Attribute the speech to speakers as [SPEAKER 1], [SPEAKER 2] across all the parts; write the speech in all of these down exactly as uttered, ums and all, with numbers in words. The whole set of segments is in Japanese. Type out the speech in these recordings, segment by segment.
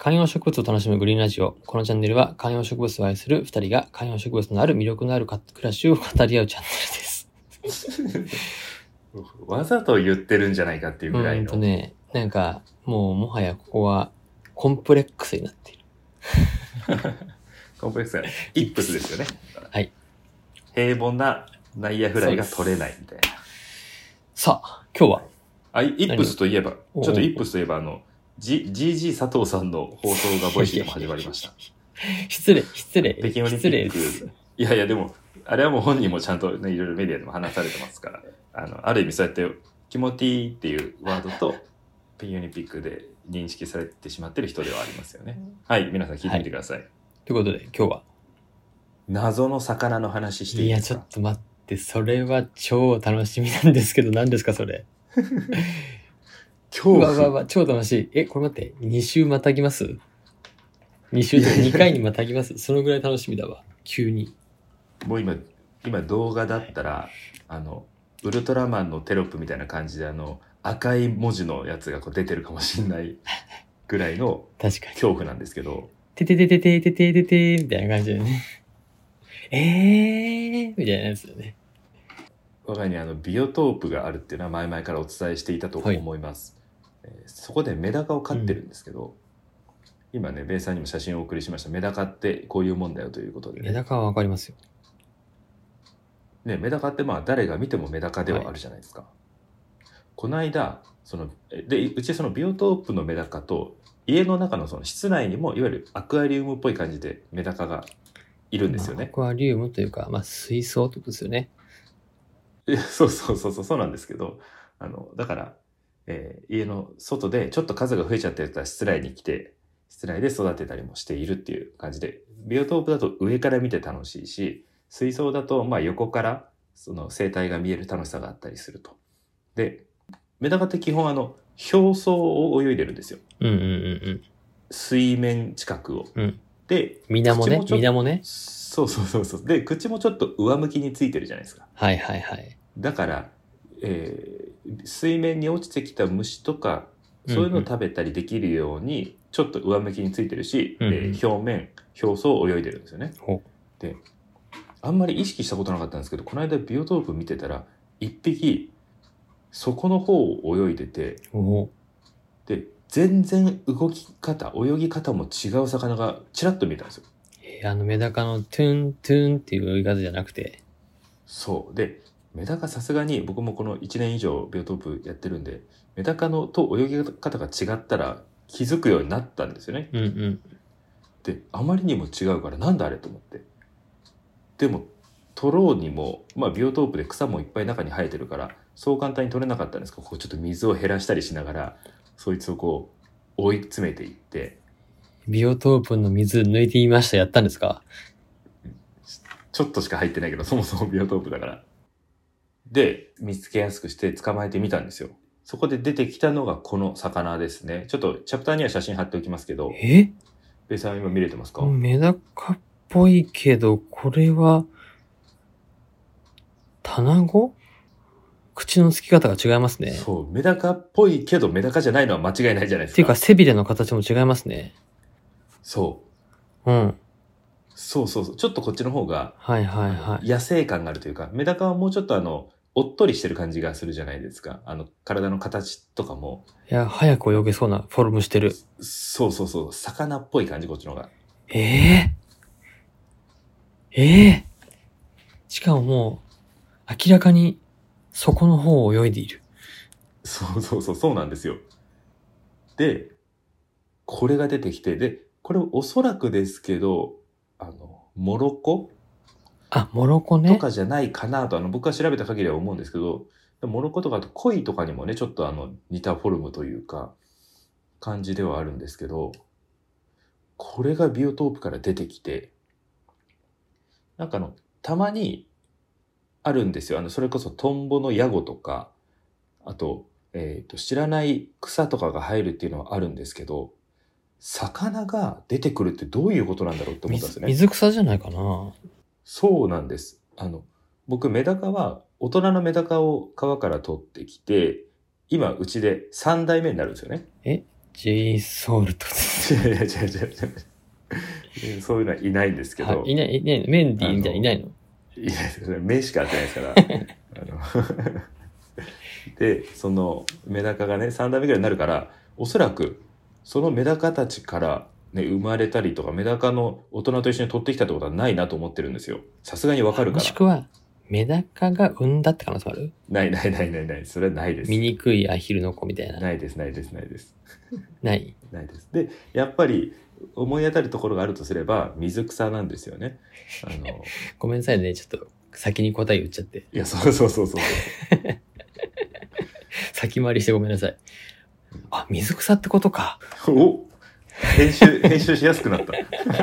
[SPEAKER 1] 観葉植物を楽しむグリーンラジオ。このチャンネルは観葉植物を愛するふたりが観葉植物のある魅力のある暮らしを語り合うチャンネルです。
[SPEAKER 2] わざと言ってるんじゃないかっていうぐらいの。
[SPEAKER 1] うんとね、なんかもうもはやここはコンプレックスになっている。
[SPEAKER 2] コンプレックスがイップスですよね。
[SPEAKER 1] はい。
[SPEAKER 2] 平凡な内野フライが取れないみたいな。
[SPEAKER 1] さあ、今日は
[SPEAKER 2] あ、イップスといえば、ちょっとイップスといえばあの、G、ジージー 佐藤さんの放送がボイシーでも始まりました。
[SPEAKER 1] 失礼、失礼。
[SPEAKER 2] 北京オリンピック。いやいや、でも、あれはもう本人もちゃんとね、いろいろメディアでも話されてますから、あの、ある意味そうやって、キモティっていうワードと、北京オリンピックで認識されてしまってる人ではありますよね。はい、皆さん聞いてみてください。はい、
[SPEAKER 1] ということで、今日は
[SPEAKER 2] 謎の魚の話していいですか？
[SPEAKER 1] いや、ちょっと待って、それは超楽しみなんですけど、何ですか、それ。
[SPEAKER 2] 今日
[SPEAKER 1] わわわ、超楽しい。え、これ待って、に週またぎます ?に 週でにかいにまたぎますそのぐらい楽しみだわ。急に。
[SPEAKER 2] もう今、今動画だったら、あの、ウルトラマンのテロップみたいな感じで、あの、赤い文字のやつがこう出てるかもしれないぐらいの恐怖なんですけど。
[SPEAKER 1] てててててててててみたいな感じでね。えーみたいなやつだね。
[SPEAKER 2] 我が家にあのビオトープがあるっていうのは前々からお伝えしていたと思います。はい、えー、そこでメダカを飼ってるんですけど、うん、今ね、ベイさんにも写真をお送りしました。メダカってこういうもんだよということで、ね。
[SPEAKER 1] メダカはわかりますよ。
[SPEAKER 2] ね、メダカってまあ誰が見てもメダカではあるじゃないですか。はい、この間、その、で、うちそのビオトープのメダカと、家の中のその室内にもいわゆるアクアリウムっぽい感じでメダカがいるんですよね。
[SPEAKER 1] まあ、アクアリウムというか、まあ水槽ってことですよね。
[SPEAKER 2] いや、そうそうそうそう、そうなんですけど、あの、だから、えー、家の外でちょっと数が増えちゃってたら室内に来て、室内で育てたりもしているっていう感じで、ビオトープだと上から見て楽しいし、水槽だとまあ横からその生態が見える楽しさがあったりすると。で、メダカって基本あの表層を泳いでるんですよ。
[SPEAKER 1] うんうんうんうん。
[SPEAKER 2] 水面近くを。
[SPEAKER 1] うん、
[SPEAKER 2] で、
[SPEAKER 1] 水面ね、水面ね。
[SPEAKER 2] そうそうそうそう。で、口もちょっと上向きについてるじゃないですか。
[SPEAKER 1] はいはいはい。
[SPEAKER 2] だから、えー、水面に落ちてきた虫とかそういうのを食べたりできるようにちょっと上向きについてるし、うんうん、えー、表面表層を泳いでるんですよね。で、あんまり意識したことなかったんですけど、この間ビオトープ見てたら一匹底の方を泳いでて、で全然動き方泳ぎ方も違う魚がちらっと見えたんですよ。
[SPEAKER 1] えー、あのメダカのトゥントゥンっていう泳ぎ方じゃなくて。
[SPEAKER 2] そうで、メダカさすがに僕もこのいちねん以上ビオトープやってるんで、メダカのと泳ぎ方が違ったら気づくようになったんですよね。
[SPEAKER 1] うんうん、
[SPEAKER 2] で、あまりにも違うからなんだあれと思って。でも取ろうにも、まあ、ビオトープで草もいっぱい中に生えてるからそう簡単に取れなかったんですけど、こうちょっと水を減らしたりしながらそいつをこう追い詰めていって。
[SPEAKER 1] ビオトープの水抜いてみました。やったんですか？
[SPEAKER 2] ちょっとしか入ってないけど、そもそもビオトープだから。で、見つけやすくして捕まえてみたんですよ。そこで出てきたのがこの魚ですね。ちょっとチャプターには写真貼っておきますけど。
[SPEAKER 1] え？
[SPEAKER 2] ベイさん今見れてますか？
[SPEAKER 1] メダカっぽいけど、これは、卵？口の付き方が違いますね。
[SPEAKER 2] そう、メダカっぽいけどメダカじゃないのは間違いないじゃないですか。
[SPEAKER 1] っていうか背びれの形も違いますね。
[SPEAKER 2] そう。
[SPEAKER 1] うん。
[SPEAKER 2] そうそうそう。ちょっとこっちの方が、
[SPEAKER 1] はいはいはい。
[SPEAKER 2] 野生感があるというか、メダカはもうちょっとあの、おっとりしてる感じがするじゃないですか。あの、体の形とかも。
[SPEAKER 1] いや、早く泳げそうなフォルムしてる。
[SPEAKER 2] そうそうそう。魚っぽい感じ、こっちの方が。
[SPEAKER 1] ええー、ええー、しかももう、明らかに、底の方を泳いでいる。
[SPEAKER 2] そうそうそう、そうなんですよ。で、これが出てきて、で、これおそらくですけど、あの、モロコ
[SPEAKER 1] あ、モロコね。
[SPEAKER 2] とかじゃないかなと、あの、僕が調べた限りは思うんですけど、モロコとかあと鯉とかにもね、ちょっとあの、似たフォルムというか、感じではあるんですけど、これがビオトープから出てきて、なんかあの、たまにあるんですよ。あの、それこそトンボのヤゴとか、あと、えっと、知らない草とかが入るっていうのはあるんですけど、魚が出てくるってどういうことなんだろうって思ったんですね。
[SPEAKER 1] 水草じゃないかな。
[SPEAKER 2] そうなんです。あの、僕、メダカは、大人のメダカを川から取ってきて、今、うちでさんだいめになるんですよね。
[SPEAKER 1] えジェイソウルと
[SPEAKER 2] 違う違う違う違う。そういうのはいないんですけど。
[SPEAKER 1] いない、いない、メンディーみたいないないの？
[SPEAKER 2] いないですよね。目しか合ってないですから。あので、そのメダカがね、さんだんめぐらいになるから、おそらくそのメダカたちからね、生まれたりとか、メダカの大人と一緒に取ってきたってことはないなと思ってるんですよ。さすがにわかるから。
[SPEAKER 1] もしくは、メダカが産んだって可能性ある？
[SPEAKER 2] ないないないないない。それはないです。
[SPEAKER 1] 醜いアヒルの子みたいな。
[SPEAKER 2] ないですないですないです。
[SPEAKER 1] ない
[SPEAKER 2] ないです。で、やっぱり思い当たるところがあるとすれば、水草なんですよね。あの
[SPEAKER 1] ごめんなさいね、ちょっと先に答え言っちゃって。
[SPEAKER 2] いや、そうそうそうそう。
[SPEAKER 1] 先回りしてごめんなさい。あ、水草ってことか。
[SPEAKER 2] お編集、編集しやすくなった。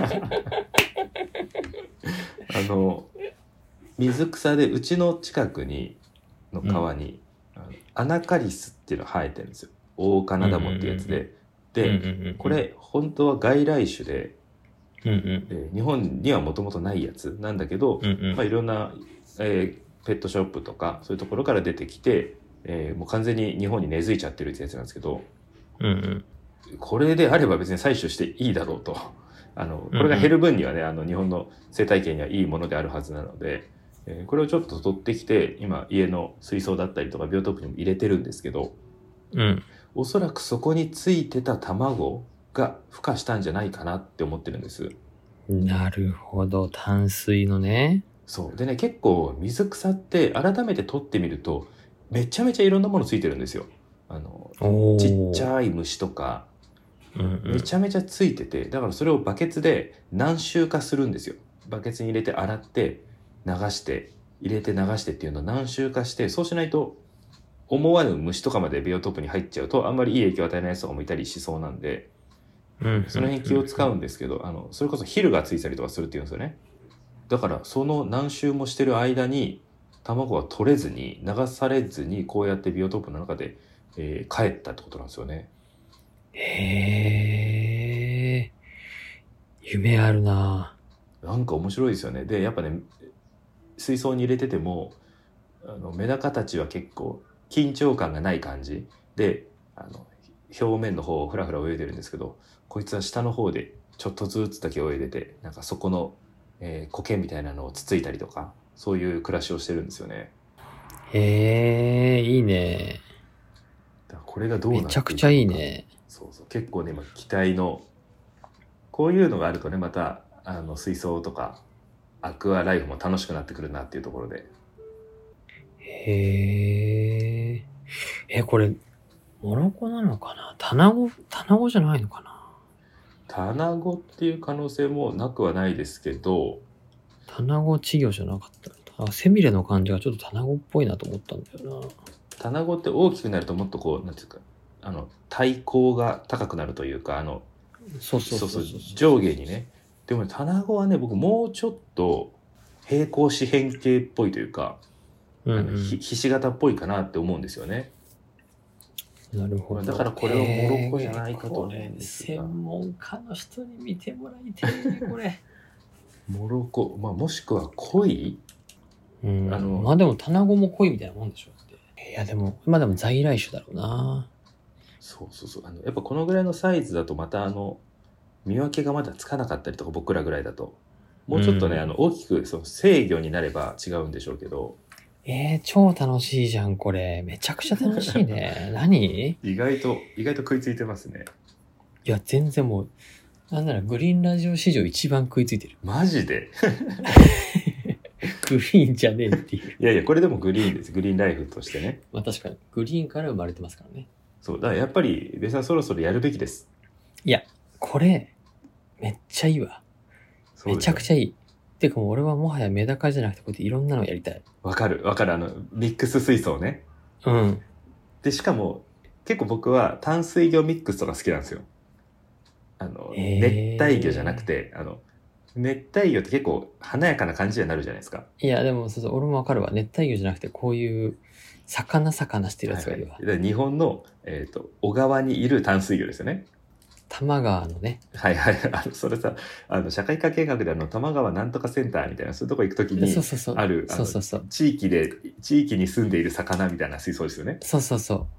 [SPEAKER 2] あの、水草でうちの近くにの川に、うん、あのアナカリスっていうのが生えてるんですよ。オオカナダモってやつで、で、うんうんうん、これ本当は外来種で、うんうん、で日本にはもともとないやつなんだけど、うんうん、まあ、いろんな、えー、ペットショップとかそういうところから出てきて、えー、もう完全に日本に根付いちゃってるってやつなんですけど、うんうん、これであれば別に採取していいだろうと。あのこれが減る分にはね、あの日本の生態系にはいいものであるはずなので、えー、これをちょっと取ってきて今家の水槽だったりとかビオトープにも入れてるんですけど、うん、おそらくそこについてた卵が孵化したんじゃないかなって思ってるんです。
[SPEAKER 1] なるほど、淡水のね。
[SPEAKER 2] そうでね、結構水草って改めて取ってみるとめちゃめちゃいろんなものついてるんですよ。あのちっちゃい虫とかめちゃめちゃついてて、だからそれをバケツで何周かするんですよ。バケツに入れて洗って流して入れて流してっていうのを何周かして、そうしないと思わぬ虫とかまでビオトープに入っちゃうとあんまりいい影響を与えないやつとかもいたりしそうなんで、その辺気を使うんですけど、あのそれこそヒルがついたりとかするっていうんですよね。だからその何周もしてる間に卵が取れずに流されずにこうやってビオトープの中で、えー、帰ったってことなんですよね。
[SPEAKER 1] へー、夢あるな。
[SPEAKER 2] なんか面白いですよね。でやっぱね、水槽に入れててもあのメダカたちは結構緊張感がない感じで、あの表面の方をフラフラ泳いでるんですけど、こいつは下の方でちょっとずつだけ泳いでて、なんかそこの、えー、苔みたいなのをつついたりとか、そういう暮らしをしてるんですよね。
[SPEAKER 1] へー、いいね。
[SPEAKER 2] だからこれがどうなっていくのか、め
[SPEAKER 1] ちゃくちゃいいね。
[SPEAKER 2] そうそう、結構ね、今期待のこういうのがあるとね、またあの水槽とかアクアライフも楽しくなってくるなっていうところで。
[SPEAKER 1] へー、え、これモロコなのかな？卵、卵じゃないのかな？
[SPEAKER 2] 卵っていう可能性もなくはないですけど、
[SPEAKER 1] 卵稚魚じゃなかった。あ、背びれの感じがちょっと卵っぽいなと思ったんだよな。
[SPEAKER 2] 卵って大きくなるともっとこうなんていうか、あの体高が高くなるというか、あの
[SPEAKER 1] そうそうそうそうそう、
[SPEAKER 2] 上下にね。でもね、卵はね、僕もうちょっと平行四辺形っぽいというか、うんうん、ひひし形っぽいかなって思うんですよね。
[SPEAKER 1] なるほど。
[SPEAKER 2] だからこれはモロコじゃないかと思うんですが、
[SPEAKER 1] 専門家の人に見てもらいたいねこれ。
[SPEAKER 2] モロコ、まあ、もしくは鯉、
[SPEAKER 1] うん、あのまあでも卵も鯉みたいなもんでしょって。いやでも今でも在来種だろうな。
[SPEAKER 2] そうそうそう、あのやっぱこのぐらいのサイズだとまたあの見分けがまだつかなかったりとか、僕らぐらいだともうちょっとね、うん、あの大きくその制御になれば違うんでしょうけど。
[SPEAKER 1] えー、超楽しいじゃんこれ。めちゃくちゃ楽しいね。何？
[SPEAKER 2] 意外と意外と食いついてますね。
[SPEAKER 1] いや全然もうなんならグリーンラジオ史上一番食いついてる。
[SPEAKER 2] マジで？
[SPEAKER 1] グリーンじゃねえっていう。
[SPEAKER 2] いやいや、これでもグリーンです。グリーンライフとしてね。
[SPEAKER 1] まあ確かにグリーンから生まれてますからね。
[SPEAKER 2] そうだからやっぱりベさんそろそろやるべきです。
[SPEAKER 1] いやこれめっちゃいいわ。めちゃくちゃいい。てかもう俺はもはやメダカじゃなくてこうやっていろんなのやりたい。
[SPEAKER 2] わかるわかる、あのミックス水槽ね。
[SPEAKER 1] うん。
[SPEAKER 2] でしかも結構僕は淡水魚ミックスとか好きなんですよ。あの熱帯魚じゃなくて、あの熱帯魚って結構華やかな感じになるじゃないですか。
[SPEAKER 1] いやでもそうそう、俺もわかるわ。熱帯魚じゃなくてこういう魚魚してるやつがいるわ。
[SPEAKER 2] はいはい、日本の、えーと、小川にいる淡水魚ですよね。
[SPEAKER 1] 多摩川のね。
[SPEAKER 2] はいはい。あのそれさ、あの社会科見学であの多摩川なんとかセンターみたいな、そういうとこ行くときにある、
[SPEAKER 1] そうそうそう、
[SPEAKER 2] 地域で地域に住んでいる魚みたいな水槽ですよね。
[SPEAKER 1] そうそうそう。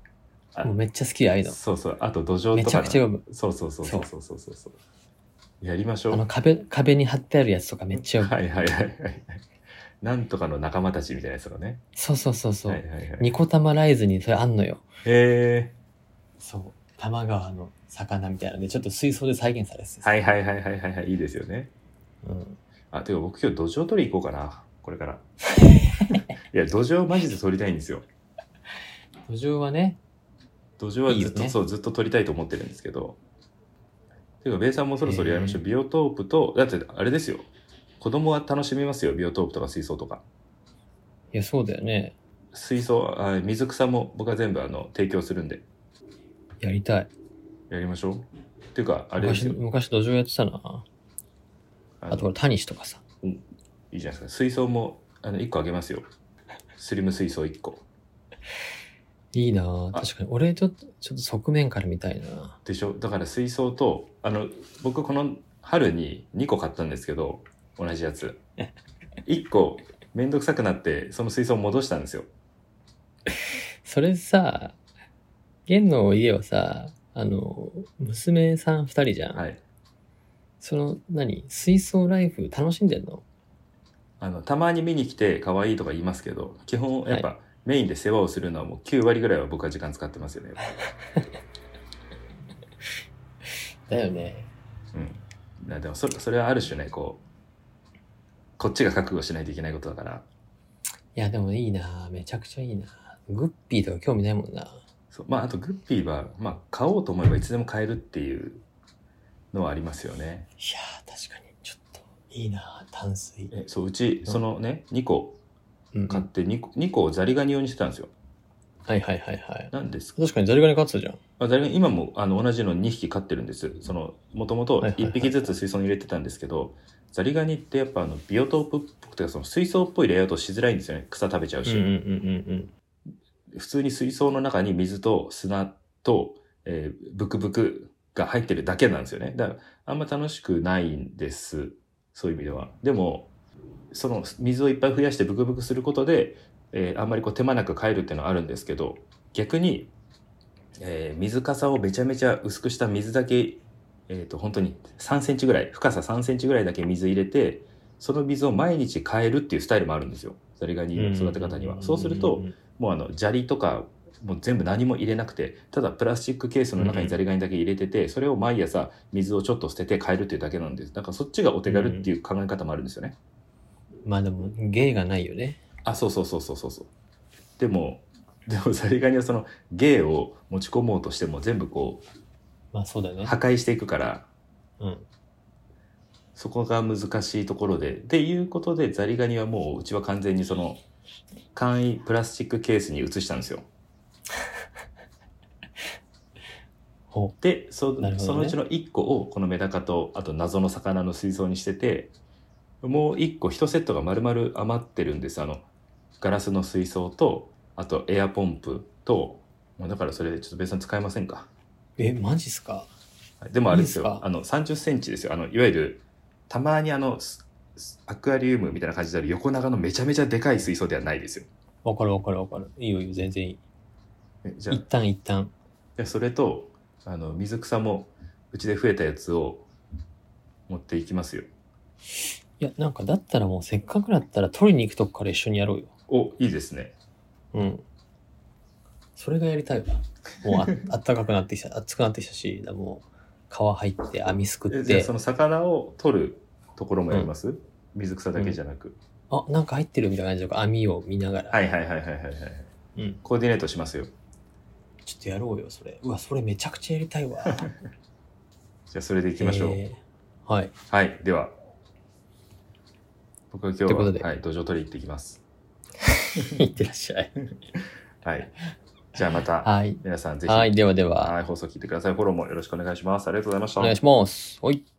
[SPEAKER 2] あ
[SPEAKER 1] もうめっちゃ好きでああいうの。
[SPEAKER 2] そうそう。あと土壌
[SPEAKER 1] めち
[SPEAKER 2] とかの。
[SPEAKER 1] ゃくちゃ読む。
[SPEAKER 2] そうそうそうそうそうそうそうそう。やりましょう。
[SPEAKER 1] あの壁、壁に貼ってあるやつとかめっちゃ読む。
[SPEAKER 2] はいはいはいはいはい。なんとかの仲間たちみたいなやつがね。
[SPEAKER 1] そうそうそうそう。
[SPEAKER 2] はいはいはい。
[SPEAKER 1] ニコタマライズにそれあんのよ。
[SPEAKER 2] へえ。
[SPEAKER 1] そう。多摩川の魚みたいなので、ちょっと水槽で再現されててさ。
[SPEAKER 2] はいはいはいはいはいはい。いいですよね。
[SPEAKER 1] うん。
[SPEAKER 2] あ、てか僕今日土壌取り行こうかな。これから。いや、土壌マジで取りたいんですよ。
[SPEAKER 1] 土壌はね、
[SPEAKER 2] 土壌はずっと、
[SPEAKER 1] いいよね
[SPEAKER 2] そう、ずっと取りたいと思ってるんですけど。てか、ベイさんもそろそろやりましょう。
[SPEAKER 1] へー
[SPEAKER 2] ビオトープと、だってあれですよ。子供は楽しみますよ。ビオトープとか水槽とか。
[SPEAKER 1] いや、そうだよね。
[SPEAKER 2] 水槽、あ水草も僕は全部あの提供するんで、
[SPEAKER 1] やりたい。
[SPEAKER 2] やりましょう。っていうか、あれです
[SPEAKER 1] 昔、
[SPEAKER 2] よ。
[SPEAKER 1] 昔土壌やってたな。
[SPEAKER 2] あ
[SPEAKER 1] あとこれ、タニシとかさ。
[SPEAKER 2] いいじゃないですか。水槽もあのいっこあげますよ。スリム水槽いっこ。
[SPEAKER 1] いいなぁ。
[SPEAKER 2] あ
[SPEAKER 1] 確かに。俺ちょっと、ちょっと側面から見たいな。
[SPEAKER 2] でしょ。だから水槽と、あの、僕この春ににこ買ったんですけど、同じやつ。いっこめんどくさくなって、その水槽を戻したんですよ。
[SPEAKER 1] それさ、ゲンの家はさ、あの、娘さん二人じゃん。
[SPEAKER 2] はい。
[SPEAKER 1] その、何水槽ライフ楽しんでんの？
[SPEAKER 2] あの、たまに見に来て可愛いとか言いますけど、基本やっぱ、
[SPEAKER 1] は
[SPEAKER 2] メインで世話をするのはもうきゅう割ぐらいは僕は時間使ってますよね。
[SPEAKER 1] だよね。
[SPEAKER 2] うん。なでもそれ、それはある種ね、こう、こっちが覚悟しないといけないことだから。
[SPEAKER 1] いや、でもいいなぁ。めちゃくちゃいいなぁ。グッピーとか興味ないもんな。
[SPEAKER 2] そうまあ、あとグッピーは、まあ、買おうと思えばいつでも買えるっていうのはありますよね。
[SPEAKER 1] いやー、確かに。ちょっと、いいなぁ。淡水。
[SPEAKER 2] えそう、うち、そのね、にこ
[SPEAKER 1] うんうん、
[SPEAKER 2] 買って2個、にこをザリガニ用にしてたんですよ。
[SPEAKER 1] はいはいはいはい。
[SPEAKER 2] なんです
[SPEAKER 1] 確かにザリガニ飼ってたじゃん。
[SPEAKER 2] あザリガニ今もあの同じのにひき飼ってるんです。その、もともと
[SPEAKER 1] はいはいはい
[SPEAKER 2] いっぴきずつ水槽に入れてたんですけど、ザリガニってやっぱあのビオトープっぽくて、その水槽っぽいレイアウトしづらいんですよね。草食べちゃうし。
[SPEAKER 1] うんうんうんうん
[SPEAKER 2] 普通に水槽の中に水と砂と、えーブクブクが入ってるだけなんですよね。だからあんま楽しくないんです。そういう意味では。でも、その水をいっぱい増やしてブクブクすることで、えーあんまりこう手間なく帰るっていうのはあるんですけど、逆に、えー水かさをめちゃめちゃ薄くした水だけ、えっと、本当にさんセンチぐらい、深ささんセンチぐらいだけ水入れて、その水を毎日変えるっていうスタイルもあるんですよ。ザリガニの育て方には。そうすると、もうあの砂利とかもう全部何も入れなくて、ただプラスチックケースの中にザリガニだけ入れてて、それを毎朝水をちょっと捨てて変えるっていうだけなんです。だからそっちがお手軽っていう考え方もあるんですよね。
[SPEAKER 1] まあでも、芸がないよね。
[SPEAKER 2] あ、そうそうそうそうそうそう。でも、でもザリガニはその芸を持ち込もうとしても全部こう
[SPEAKER 1] まあそうだね。
[SPEAKER 2] 破壊していくから、
[SPEAKER 1] うん。
[SPEAKER 2] そこが難しいところで、っていうことでザリガニはもううちは完全にその簡易プラスチックケースに移したんですよ。
[SPEAKER 1] ほ
[SPEAKER 2] で そ,、
[SPEAKER 1] なるほどね
[SPEAKER 2] そのうちのいっこをこのメダカとあと謎の魚の水槽にしてて、もういっこいちセットが丸々余ってるんです。あのガラスの水槽とあとエアポンプと、まあだからそれちょっと別に使えませんか。
[SPEAKER 1] え、マジっすか？
[SPEAKER 2] はいでもあれですよ、
[SPEAKER 1] いいんすか
[SPEAKER 2] あのさんじゅっセンチですよ。あのいわゆるたまにあのススアクアリウムみたいな感じである横長のめちゃめちゃでかい水槽ではないですよ。
[SPEAKER 1] わかるわかるわかる。いいよいいよ、全然いい。
[SPEAKER 2] えじゃあ
[SPEAKER 1] 一旦一旦。
[SPEAKER 2] でそれとあの水草もうちで増えたやつを持っていきますよ。
[SPEAKER 1] いや、なんかだったらもうせっかくだったら取りに行くとこから一緒にやろうよ。
[SPEAKER 2] お、いいですね。
[SPEAKER 1] うん。それがやりたいわ。もうああったかくなってきた、暑くなってきたし、だもう川入って網すくって
[SPEAKER 2] えじゃあそ。の魚を取るところもやります、水草だけじゃなく、
[SPEAKER 1] あ、なんか入ってるみたいな感じで網を見ながら。
[SPEAKER 2] はいはいはいはいはいはい。
[SPEAKER 1] うん。
[SPEAKER 2] コーディネートしますよ。
[SPEAKER 1] ちょっとやろうよ、それ。うわ、それめちゃくちゃやりたいわ。
[SPEAKER 2] じゃあそれでいきましょう。
[SPEAKER 1] えーはい。
[SPEAKER 2] はい、では僕は今日は
[SPEAKER 1] ということで
[SPEAKER 2] はい、土壌取り行ってきます。
[SPEAKER 1] いってらっしゃい。
[SPEAKER 2] はい。じゃあまた
[SPEAKER 1] はい。
[SPEAKER 2] 皆さんぜひ、
[SPEAKER 1] はい。ではでは、
[SPEAKER 2] はい、放送聞いてください。フォローもよろしくお願いします。ありがとうございました。
[SPEAKER 1] お願いします。はい。